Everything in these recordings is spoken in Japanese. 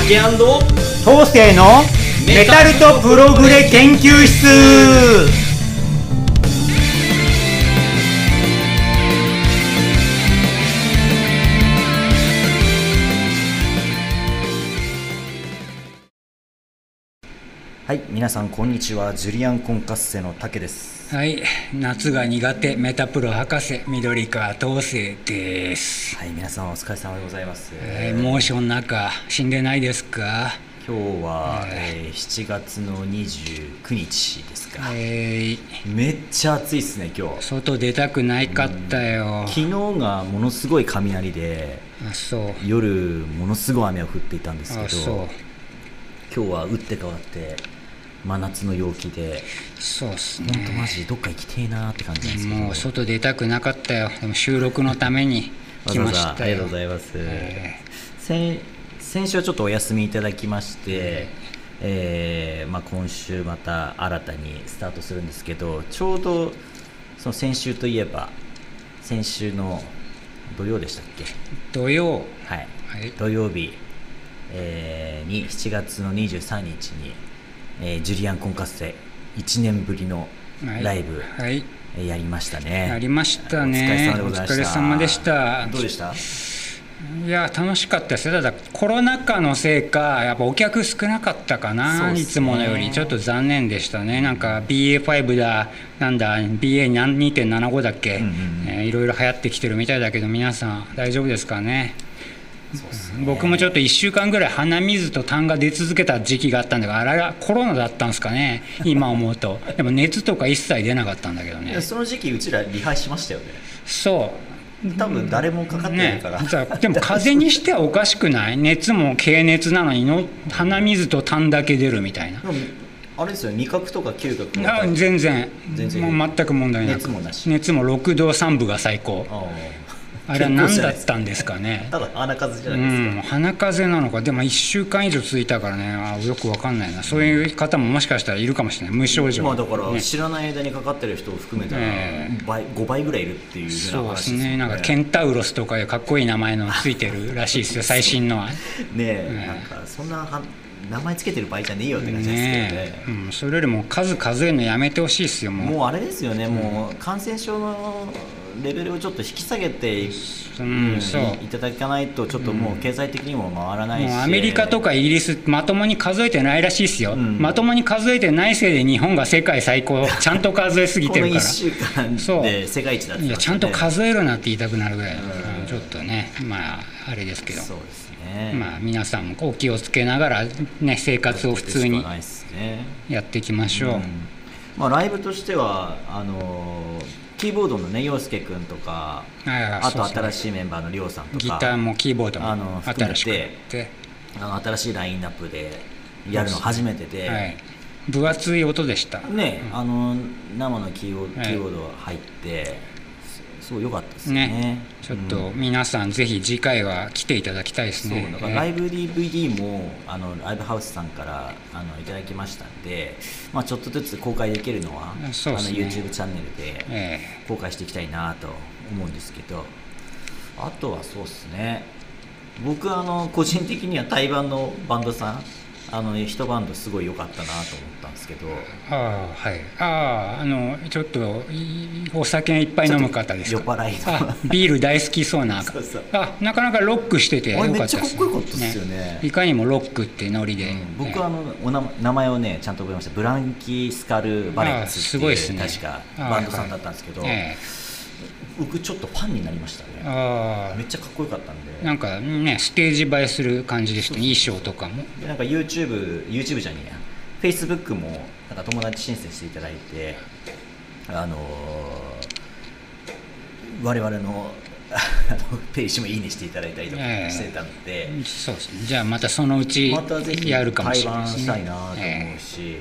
竹& 東勢のメタルとプログレ研究室。はい、皆さんこんにちは。ジュリアンコンカッセの竹です。 はい、夏が苦手メタプロ博士緑川東勢です。 はい、皆さんお疲れ様でございます。 猛暑の中死んでないですか？ 今日は、7月の29日ですか。めっちゃ暑いですね今日。 外出たくないかったよ。 昨日がものすごい雷で、夜ものすごい雨が降っていたんですけど、今日は打って変わって真夏の陽気で、 そうっすね。 本当マジどっか行きてえなって感じなんですけど、 もう外出たくなかったよ。でも収録のために来ましたよ。 ありがとうございます。先週はちょっとお休みいただきまして、今週また新たにスタートするんですけど、ちょうどその先週といえば先週の土曜でしたっけ？ 土曜、 土曜日、に7月の23日にジュリアンコンカッセ1年ぶりのライブ、やりましたね。 やりましたね。お疲れ様でした。 どうでした？ いや楽しかったですよ。ただコロナ禍のせいかやっぱお客少なかったかな、いつものよりちょっと残念でしたね。なんか BA.5 だなんだ BA.2.75 だっけ、いろいろ流行ってきてるみたいだけど、皆さん大丈夫ですかね？僕もちょっと1週間ぐらい鼻水と痰が出続けた時期があったんだが、あれはコロナだったんですかね今思うと。でも熱とか一切出なかったんだけどね。 その時期うちらリハしましたよね。 そう多分誰もかかってないから、 でも風邪にしてはおかしくない？熱も経熱なのに鼻水と痰だけ出るみたいな。 あれですよ、味覚とか嗅覚も全然もう全く問題なく、熱も6度3分が最高。あれは何だったんですかね。 ただ鼻風邪じゃないですか。 鼻風邪なのか。でも1週間以上続いたからね、よく分かんないな。そういう方ももしかしたらいるかもしれない、無症状。 だから知らない間にかかってる人を含めたら5倍ぐらいいるっていうような話ですね。 そうですね。なんかケンタウロスとかいうかっこいい名前のついてるらしいですよ最新のは。 なんかそんな名前つけてる場合じゃねえよって感じですけどね。 それよりも数数えるのやめてほしいですよ。 もうあれですよね、もう感染症のレベルをちょっと引き下げていただかないと、ちょっともう経済的にも回らないし、 もうアメリカとかイギリスまともに数えてないらしいですよ。まともに数えてないせいで日本が世界最高ちゃんと数えすぎてるからこの1週間で世界一だって、 いやちゃんと数えるなって言いたくなるぐらい、ちょっとねあれですけど、 そうですね。 皆さんもお気をつけながらね、生活を普通にやっていきましょう。 ライブとしてはキーボードのね陽介君とか、あと新しいメンバーのりょうさんとか、 ギターもキーボードも新しくて、 新しいラインナップでやるの初めてで、 分厚い音でしたね。生のキーボード入ってすごい良かったですね。 ちょっと皆さんぜひ次回は来ていただきたいですね。 だからライブ DVD もライブハウスさんからいただきましたんで、ちょっとずつ公開できるのはYouTube チャンネルで公開していきたいなと思うんですけど、あとはそうですね、僕個人的には対バンのバンドさん一バンドすごい良かったなと思ったんですけど、 ちょっとお酒いっぱい飲む方ですか？ 酔っ払いビール大好きそうななかなかロックしててよかったです。 めっちゃかっこよかったですよね。 いかにもロックってノリで、 僕名前をねちゃんと覚えました。ブランキー・スカル・バレックスっていう確かバンドさんだったんですけど、僕ちょっとファンになりましたね。めっちゃかっこよかったんで、 なんかねステージ映えする感じでしたね。衣装とかもで、なんか YouTube じゃねえや Facebook もなんか友達申請していただいて、我々のページもいいねしていただいたりとかしてたので、 そうですね。じゃあまたそのうちやるかもしれないですね。 対バンしたいなと思うし、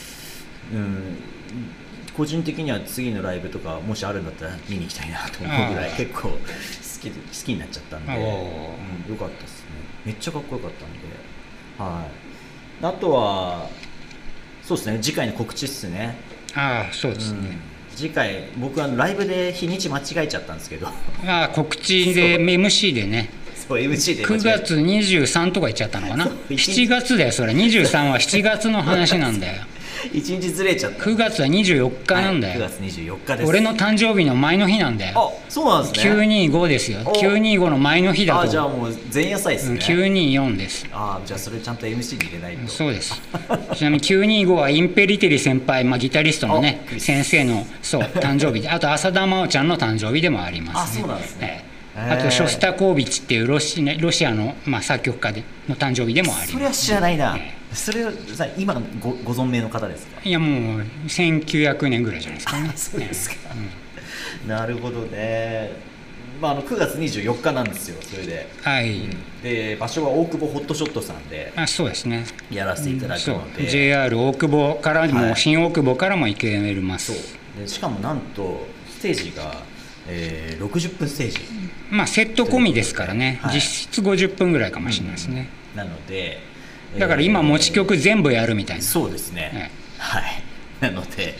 個人的には次のライブとかもしあるんだったら見に行きたいなと思うぐらい結構好きになっちゃったんで、よかったですね。めっちゃかっこよかったんで、あとはそうですね、次回の告知っすね。 そうですね。 次回僕ライブで日にち間違えちゃったんですけど告知で MC でねこれ MC で 9月23とか言っちゃったのかな。7月だよそれ。23は7月の話なんだよ。 1日ずれちゃった。 9月は24日なんだよ、 はい、9月24日です。 俺の誕生日の前の日なんだよ。 あ、そうなんですね。 925ですよ。925の前の日だと。 じゃあもう前夜祭ですね。 924です。 じゃあそれちゃんと MC に入れないと。 そうです。ちなみに925はインペリテリ先輩、ギタリストのね先生の誕生日で、あと浅田真央ちゃんの誕生日でもありますね。 あ、そうなんですね。 あとショスタコービチっていうロシアの、作曲家の誕生日でもあります。 それは知らないな。それは今ご存命の方ですか？ いやもう1900年ぐらいじゃないですかね。 そうですか、なるほどね。9月24日なんですよ。それで、 はい、 で場所は大久保ホットショットさんでそうですね、 やらせていただくので、 JR 大久保からも、新大久保からも行けます。 そうで、しかもなんとステージが60分ステージ、 セット込みですからね、実質50分ぐらいかもしれないですね。 なのでだから今持ち曲全部やるみたいな。 そうですね、はい。なので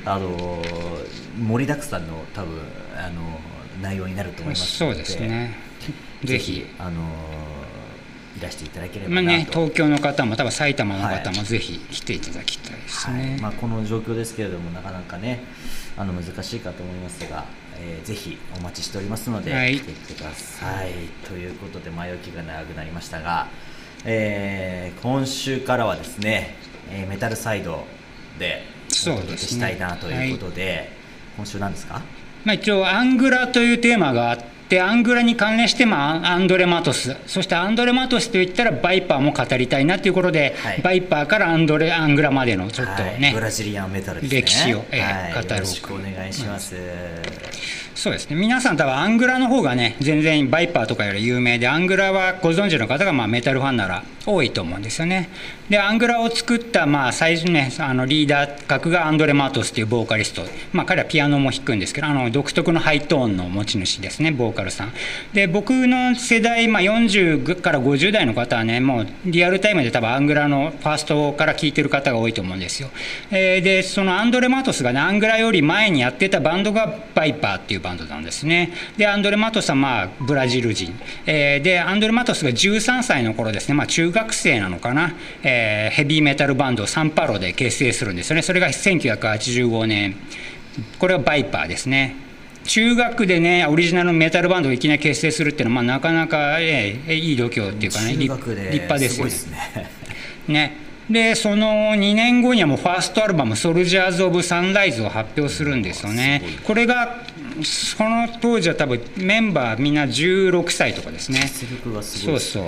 盛りだくさんの多分内容になると思いますので、 そうですね、ぜひいらしていただければなと。 東京の方も多分埼玉の方もぜひ来ていただきたいですね。 この状況ですけれどもなかなかね難しいかと思いますが、ぜひお待ちしておりますので、来てきてください。ということで前置きが長くなりましたが、今週からはですね、メタルサイドでお届けしたいなということで、今週何ですか？ 一応アングラというテーマがあって、アングラに関連してアンドレ・マトス、そしてアンドレ・マトスといったらバイパーも語りたいなということで、バイパーからアングラまでのちょっとね、 ブラジリアンメタルですね、 歴史を語ろう。よろしくお願いします。 そうですね、皆さん多分アングラの方がね全然バイパーとかより有名で、アングラはご存知の方がメタルファンなら多いと思うんですよね。でアングラを作った最初ねリーダー格がアンドレ・マトスというボーカリスト、彼はピアノも弾くんですけど、独特のハイトーンの持ち主ですね、ボーカルさんで。僕の世代、40から50代の方はねもうリアルタイムで多分アングラのファーストから聴いてる方が多いと思うんですよ。でそのアンドレ・マトスがねアングラより前にやってたバンドがバイパーっていうバンドなんですね。でアンドレ・マトスはブラジル人、でアンドレ・マトスが13歳の頃ですね、中学生なのかな、ヘビーメタルバンドサンパロで結成するんですよね。それが1985年、これはバイパーですね。中学でねオリジナルのメタルバンドをいきなり結成するっていうのは、なかなか、いい度胸っていうかね、立派ですよね。でその2年後にはもうファーストアルバム「ソルジャーズ・オブ・サンライズ」を発表するんですよね。これがその当時は多分メンバーみんな16歳とかですね。そうそう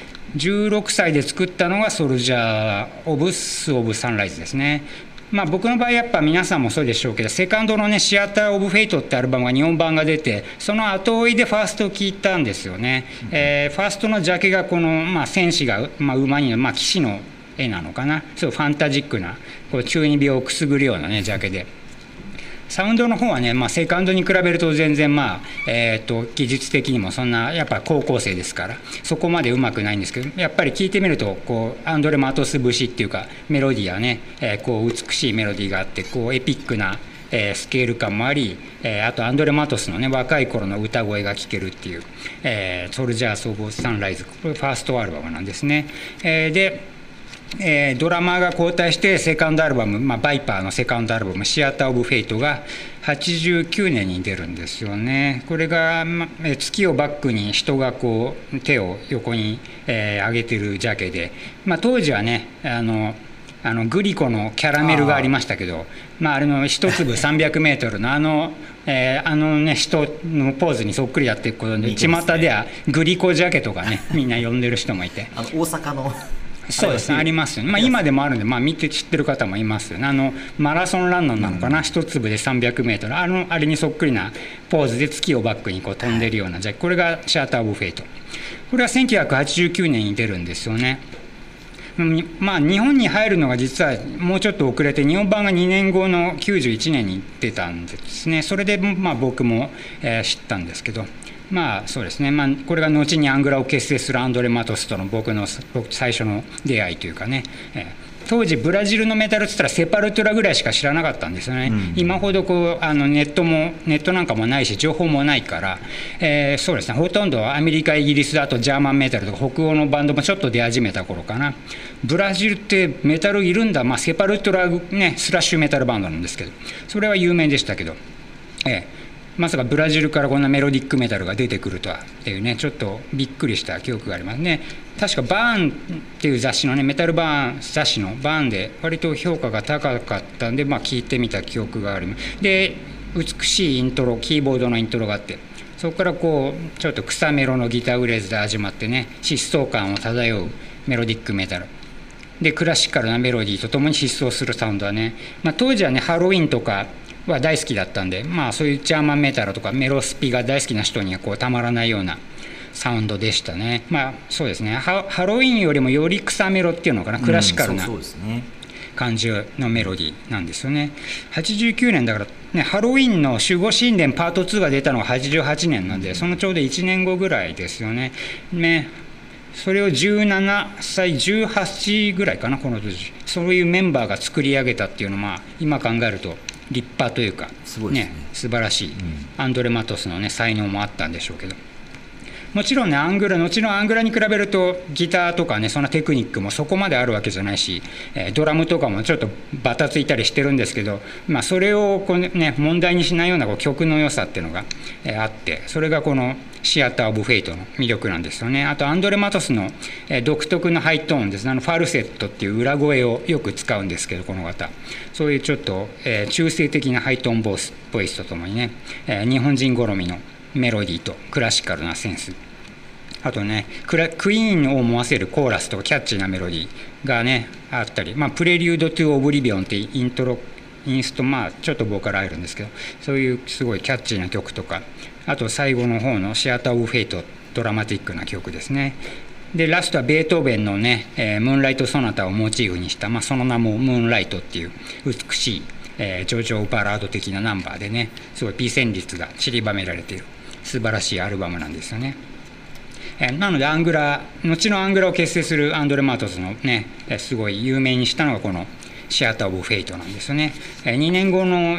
16歳で作ったのがソルジャー・オブ・サンライズですね。僕の場合やっぱ皆さんもそうでしょうけど、セカンドのねシアター・オブ・フェイトってアルバムが日本版が出て、その後追いでファーストを聴いたんですよね。ファーストのジャケがこの、戦士が、馬に騎士の絵なのかな、そうファンタジックな中二病をくすぐるようなねジャケで、サウンドの方はね、セカンドに比べると全然技術的にもそんなやっぱ高校生ですからそこまでうまくないんですけど、やっぱり聴いてみるとアンドレ・マトス節っていうかメロディーはね、美しいメロディーがあってエピックなスケール感もあり、あとアンドレ・マトスのね若い頃の歌声が聴けるっていう、ソルジャーズ・オブ・サンライズ、これファーストアルバムなんですね。でドラマーが交代してセカンドアルバム、バイパーのセカンドアルバム「シアター・オブ・フェイト」が89年に出るんですよね。これが、月をバックに人が手を横に、上げてるジャケで、当時はねグリコのキャラメルがありましたけど、あれの一粒300メートルの人のポーズにそっくりやっていくことで、巷ではグリコジャケとかねみんな呼んでる人もいて、 大阪のそうですね、ありますよね。今でもあるんで、見て知ってる方もいますよね。マラソンランナーなのかな、一粒で300メートル、あれにそっくりなポーズで月をバックに飛んでるようなジャケ、これがシアター・オブ・フェイト。これは1989年に出るんですよね。日本に入るのが実はもうちょっと遅れて、日本版が2年後の91年に出たんですね。それで僕も知ったんですけど、そうですね、これが後にアングラを結成するアンドレ・マトスとの僕最初の出会いというかね、 当時ブラジルのメタルって言ったらセパルトラぐらいしか知らなかったんですよね、今ほどこうネットなんかもないし情報もないから、そうですね、ほとんどアメリカイギリスだとジャーマンメタルとか北欧のバンドもちょっと出始めた頃かな。ブラジルってメタルいるんだ、セパルトラねスラッシュメタルバンドなんですけど、それは有名でしたけど、まさかブラジルからこんなメロディックメタルが出てくるとはっていうね、ちょっとびっくりした記憶がありますね。確かバーンっていう雑誌のね、メタルバーン雑誌のバーンで割と評価が高かったんで、聞いてみた記憶があります。で、美しいイントロ、キーボードのイントロがあって、そこからこうちょっと草メロのギターフレーズで始まってね、疾走感を漂うメロディックメタルで、クラシカルなメロディーとともに疾走するサウンドはね、当時はねハロウィンとかは大好きだったんで、そういうジャーマンメタルとかメロスピが大好きな人にはこうたまらないようなサウンドでしたね。そうですね、ハロウィンよりもより草メロっていうのかな、クラシカルな感じのメロディーなんですよね。89年だからね、ハロウィンの守護神殿パート2が出たのが88年なんで、そのちょうど1年後ぐらいですよね。それを17歳18歳ぐらいかな、この時。そういうメンバーが作り上げたっていうのは、今考えると立派というか素晴らしい、アンドレ・マトスのね才能もあったんでしょうけど、もちろんね後のアングラに比べるとギターとかねそんなテクニックもそこまであるわけじゃないし、ドラムとかもちょっとバタついたりしてるんですけど、それをこう、ね、問題にしないようなこう曲の良さっていうのが、あって、それがこのシアター・オブ・フェイトの魅力なんですよね。あとアンドレ・マトスの独特のハイトーンですね、ファルセットっていう裏声をよく使うんですけど、この方そういうちょっと中性的なハイトーンボイスとともにね、日本人好みのメロディーとクラシカルなセンス、あとねクイーンを思わせるコーラスとキャッチーなメロディーがねあったり、プレリュード・トゥ・オブリビオンってインストちょっとボーカル入るんですけど、そういうすごいキャッチーな曲とか、あと最後の方のシアター・オブ・フェイト、ドラマティックな曲ですね。でラストはベートーベンのね、ムーンライト・ソナタをモチーフにした、その名もムーンライトっていう美しい、叙情バラード的なナンバーでね、すごいピーセン率が散りばめられている素晴らしいアルバムなんですよね。なので後のアングラを結成するアンドレ・マトスのねすごい有名にしたのがこのシアター・オブ・フェイトなんですよね。2年後の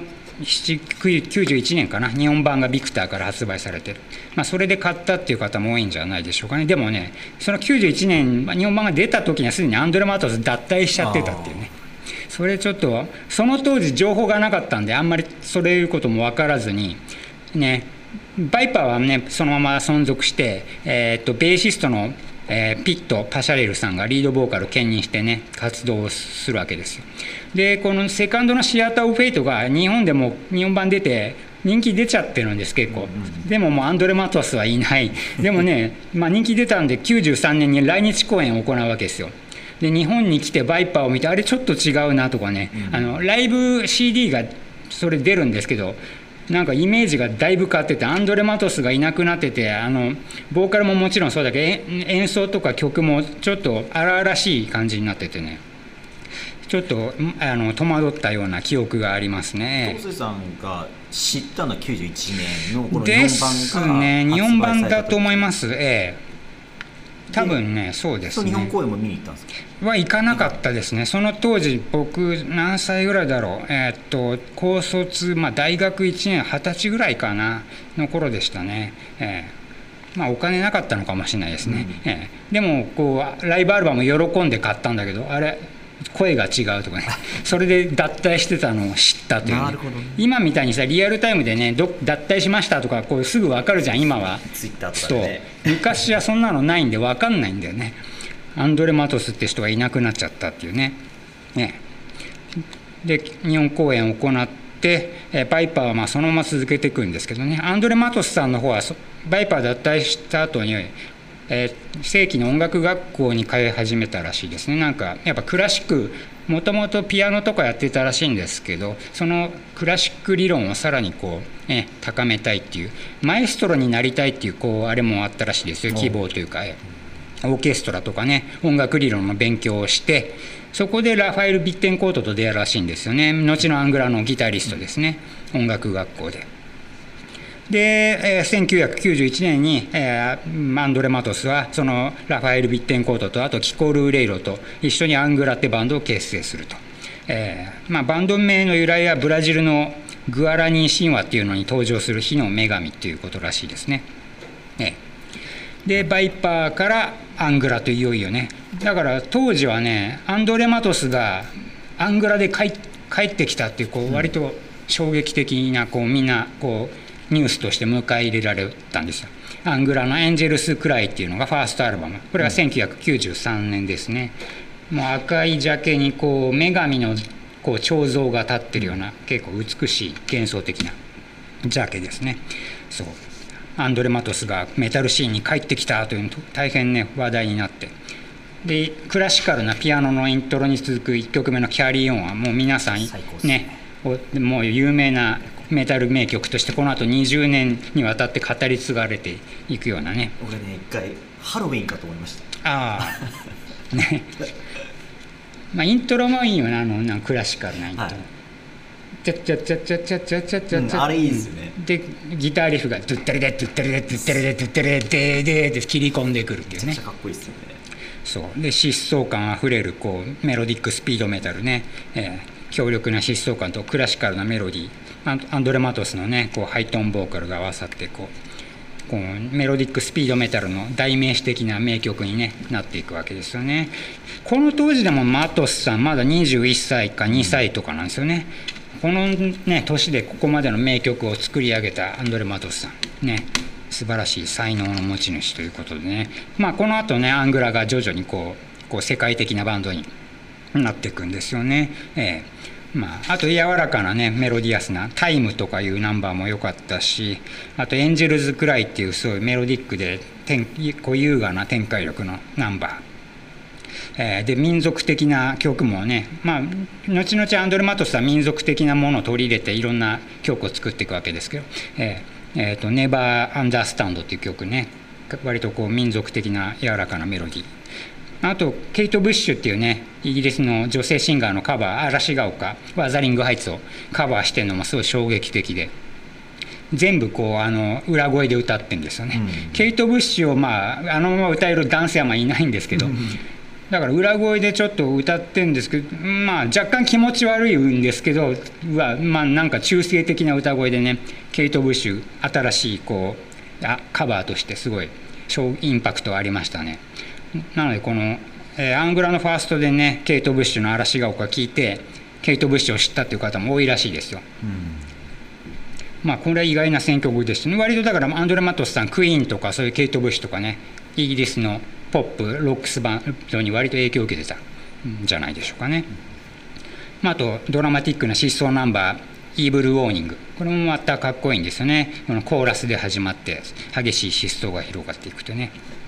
91年かな、日本版がビクターから発売されてる、それで買ったっていう方も多いんじゃないでしょうかね。でもねその91年日本版が出た時にはすでにアンドレ・マトス脱退しちゃってたっていうね、それちょっとその当時情報がなかったんであんまりそういうことも分からずにね、バイパーはねそのまま存続して、ベーシストの、ピット・パシャレルさんがリードボーカル兼任してね活動をするわけですよ。でこのセカンドのシアター・オブ・フェイトが日本でも日本版出て人気出ちゃってるんです結構。でももうアンドレ・マトスはいない。でもね、人気出たんで93年に来日公演を行うわけですよ。で日本に来てバイパーを見てあれちょっと違うなとかね、ライブ CD がそれ出るんですけど、なんかイメージがだいぶ変わってて、アンドレ・マトスがいなくなってて、ボーカルももちろんそうだけど演奏とか曲もちょっと荒々しい感じになっててね、ちょっと戸惑ったような記憶がありますね。 東瀬さんが知ったのは91年のこので日本版すがね、日本版だと思いす。 ます。多分ねそうですね。 日本公演も見に行ったんですか？ は行かなかったですね。その当時僕何歳ぐらいだろう、高卒、大学1年20歳ぐらいかなの頃でしたね。お金なかったのかもしれないですね。でもこうライブアルバム喜んで買ったんだけど、あれ声が違うとかねそれで脱退してたのを知ったという、ね、 なるほどね。 今みたいにさリアルタイムでね脱退しましたとかこうすぐ分かるじゃん今は。 ツイッターとかでね。 昔はそんなのないんで分かんないんだよね。アンドレ・マトスって人がいなくなっちゃったっていうね。で日本公演を行ってバイパーはそのまま続けていくんですけどね、アンドレ・マトスさんの方はバイパー脱退した後に正規の音楽学校に通い始めたらしいですね。なんかやっぱクラシックもともとピアノとかやってたらしいんですけど、そのクラシック理論をさらにこう、高めたいっていうマエストロになりたいっていうあれもあったらしいですよ。希望というかオーケストラとかね音楽理論の勉強をして、そこでラファエル・ビッテンコートと出会うらしいんですよね。後のアングラのギタリストですね、音楽学校で。 で、1991年に、アンドレ・マトスはそのラファエル・ビッテンコートとあとキコ・ルーレイロと一緒にアングラってバンドを結成すると。バンド名の由来はブラジルのグアラニー神話っていうのに登場する火の女神っていうことらしいですね。でバイパーからアングラといよいよね、だから当時はねアンドレ・マトスがアングラで帰ってきたっていう、割と衝撃的なみんなニュースとして迎え入れられたんですよ。アングラのエンジェルス・クライっていうのがファーストアルバム、これが1993年ですね。もう赤いジャケに女神の彫像が立ってるような結構美しい幻想的なジャケですね。そうアンドレ・マトスがメタルシーンに帰ってきたというの大変ね話題になって、でクラシカルなピアノのイントロに続く1曲目の「キャリーオン」はもう皆さんねもう有名なメタル名曲としてこの後20年にわたって語り継がれていくようなね。 僕ね一回ハロウィンかと思いました。 ねイントロもいいよな、クラシカルなイントロ、チャッチャッチャッチャッチャッチャッチャッチャッチャッ、 あれいいですよね。 でギターリフがドゥッタリデドゥッタリデドゥッタリデドゥッタリデデデで切り込んでくるっていうね。 めっちゃかっこいいですよね。 そうで疾走感あふれるメロディックスピードメタルね、強力な疾走感とクラシカルなメロディー、アンドレ・マトスのねハイトーンボーカルが合わさってメロディックスピードメタルの代名詞的な名曲に、ね、なっていくわけですよね。この当時でもマトスさんまだ21歳か2歳とかなんですよね。この、ね、年でここまでの名曲を作り上げたアンドレ・マトスさんね、素晴らしい才能の持ち主ということでね、この後ねアングラが徐々に世界的なバンドになっていくんですよね。あと柔らかなねメロディアスな「タイム」とかいうナンバーも良かったし、あと「エンジェルズ・クライ」っていうすごいメロディックで優雅な展開力のナンバー、で民族的な曲もね、後々アンドレ・マトスは民族的なものを取り入れていろんな曲を作っていくわけですけど「ネバー・アンダースタンド」っていう曲ね、割と民族的な柔らかなメロディー。あとケイト・ブッシュっていうねイギリスの女性シンガーのカバー、嵐が丘ワザリング・ハイツをカバーしてるのもすごい衝撃的で、全部裏声で歌ってるんですよね。ケイト・ブッシュをあのまま歌える男性はいないんですけど、だから裏声でちょっと歌ってるんですけど、若干気持ち悪いんですけど、なんか中性的な歌声でね、ケイト・ブッシュ新しいカバーとしてすごいインパクトありましたね。なのでアングラのファーストでねケイト・ブッシュの嵐が丘聞いてケイト・ブッシュを知ったという方も多いらしいですよ。これは意外な選曲ですね。割とだからアンドレ・マトスさんクイーンとかそういうケイト・ブッシュとかねイギリスのポップロックスバンドに割と影響を受けてたんじゃないでしょうかね。あとドラマティックな疾走ナンバーイーブル・ウォーニング、これもまたかっこいいんですよね。このコーラスで始まって激しい疾走が広がっていくとね、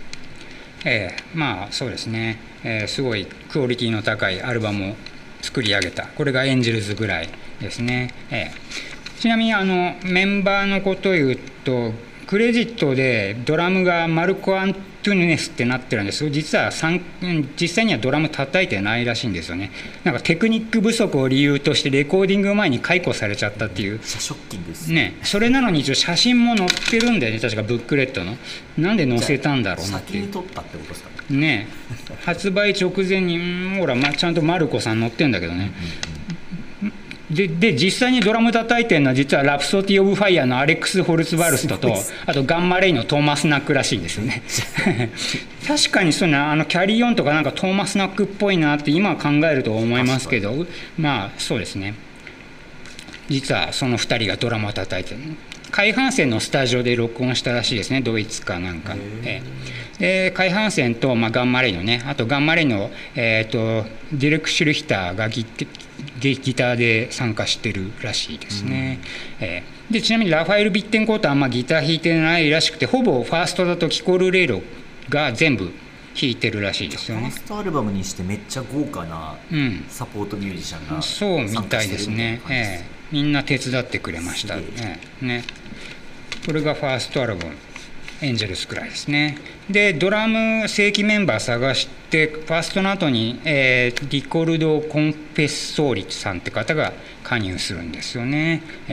そうですね、すごいクオリティの高いアルバムを作り上げた、これがエンジェルズぐらいですね。ちなみにメンバーのことを言うとクレジットでドラムがマルコ・アントゥネスってなってるんですけど、実際にはドラム叩いてないらしいんですよね。なんかテクニック不足を理由としてレコーディング前に解雇されちゃったっていう。 ショッキングですね。それなのに一応写真も載ってるんだよね、確かブックレットの。なんで載せたんだろうなっていう。 先に撮ったってことですかね。 ね、発売直前にほら、ちゃんとマルコさん載ってるんだけどね。で実際にドラム叩いてるのは実はラプソディ・オブ・ファイヤーのアレックス・ホルツバルストとあとガンマレイのトーマス・ナックらしいんですよね。確かにそうキャリーオンとかなんかトーマス・ナックっぽいなって今考えると思いますけど、そうですね、実はその2人がドラムを叩いてる。海浜線のスタジオで録音したらしいですね、ドイツかなんか。で海浜線と、ガンマレイのね、あとガンマレイの、ディレク・シュルヒターがギターで参加してるらしいですね。でちなみにラファエル・ビッテンコートはあんまギター弾いてないらしくて、ほぼファーストだとキコ・ルレイロが全部弾いてるらしいですよね。 ファーストアルバムにしてめっちゃ豪華なサポートミュージシャンがそうみたいですね。みんな手伝ってくれましたね。これがファーストアルバムエンジェルスくらいですね。でドラム正規メンバー探してファーストの後に、リコルド・コンフェッソーリさんって方が加入するんですよね。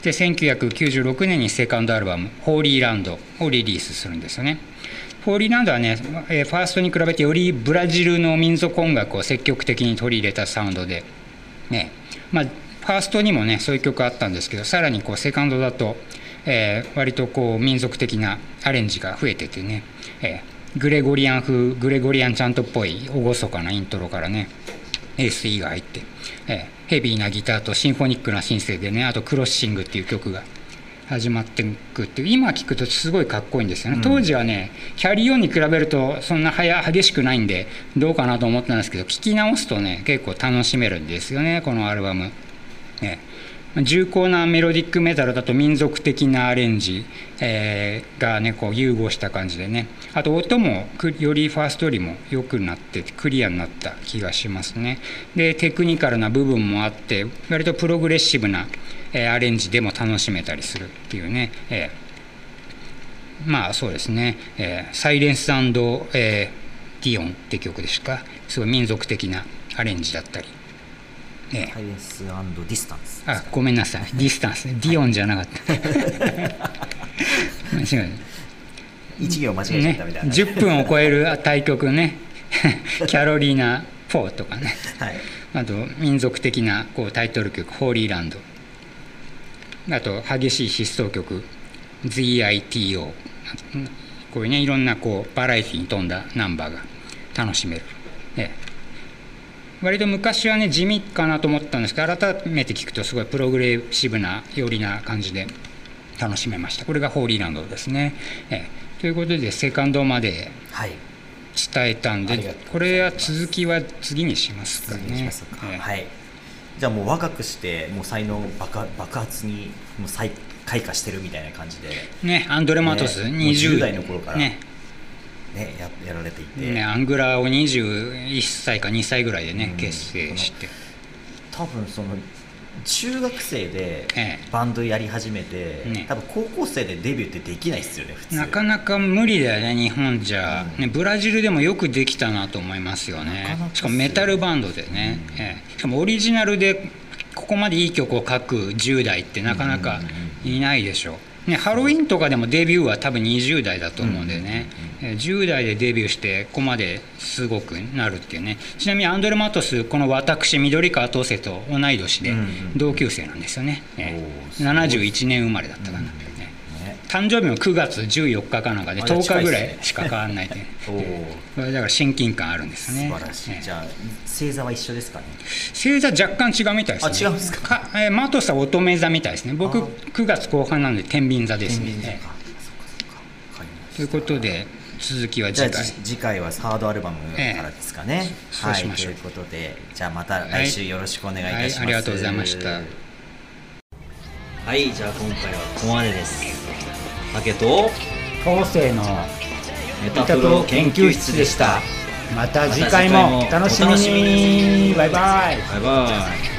で1996年にセカンドアルバム「ホーリーランド」をリリースするんですよね。ホーリーランドはね、ファーストに比べてよりブラジルの民族音楽を積極的に取り入れたサウンドで、ね、ファーストにもねそういう曲あったんですけど、さらにセカンドだと、割と民族的なアレンジが増えててね、グレゴリアン風、グレゴリアンチャントっぽい厳かなイントロからね SE が入って、ヘビーなギターとシンフォニックなシンセでね、あとクロッシングっていう曲が始まっていくっていう、今聴くとすごいかっこいいんですよね。当時はねキャリーオンに比べるとそんな激しくないんでどうかなと思ったんですけど、聴き直すとね結構楽しめるんですよね、このアルバム。重厚なメロディックメタルだと民族的なアレンジ、がね融合した感じでね、あと音もよりファーストよりも良くなってクリアになった気がしますね。でテクニカルな部分もあって割とプログレッシブなアレンジでも楽しめたりするっていうね、そうですね、サイレンス&ディオンって曲ですか、すごい民族的なアレンジだったり、 サイレンス&ディスタンス、 ごめんなさい、ディスタンス、ディオンじゃなかった間違えた、 1行間違えちゃったみたいな、ね、 10分を超える対曲ねキャロリーナ4とかね、あと民族的なタイトル曲ホーリーランド、あと激しい疾走曲 ZITO、 こういうねいろんなバラエティに富んだナンバーが楽しめる、割と昔はね地味かなと思ったんですけど、改めて聞くとすごいプログレッシブなよりな感じで楽しめました。これがホーリーランドですね、ということでセカンドまで伝えたんで、これは続きは次にしますかね。 じゃあもう若くしてもう才能爆発にもう開花してるみたいな感じでね、アンドレ・マトス、 20代の頃からねやられていて、 アングラーを21歳か2歳ぐらいでね、結成して、 多分その中学生でバンドやり始めて、多分高校生でデビューってできないですよね、普通。 なかなか無理だよね、日本じゃ、ブラジルでもよくできたなと思いますよね。しかもメタルバンドでね、しかもオリジナルでここまでいい曲を書く10代ってなかなかいないでしょう。ハロウィンとかでもデビューは多分20代だと思うんでね、10代でデビューしてここまですごくなるっていうね。ちなみにアンドレ・マトス、この私緑川東生と同い年で同級生なんですよね、71年生まれだったかな、誕生日も9月14日かなんかで10日ぐらいしか変わらないで、だから親近感あるんですね。 素晴らしい。じゃあ星座は一緒ですかね。 星座若干違うみたいですね。 違うんですか。 マトスは乙女座みたいですね。僕9月後半なので天秤座ですね。ということで続きは次回はサードアルバムからですかね。 そうしましょう。 ということでじゃあまた来週よろしくお願いいたします。 ありがとうございました。 はい、じゃあ今回はここまでです。竹と東生のメタプロ研究室でした。 また次回も楽しみに。バイバイ。 バイバイ。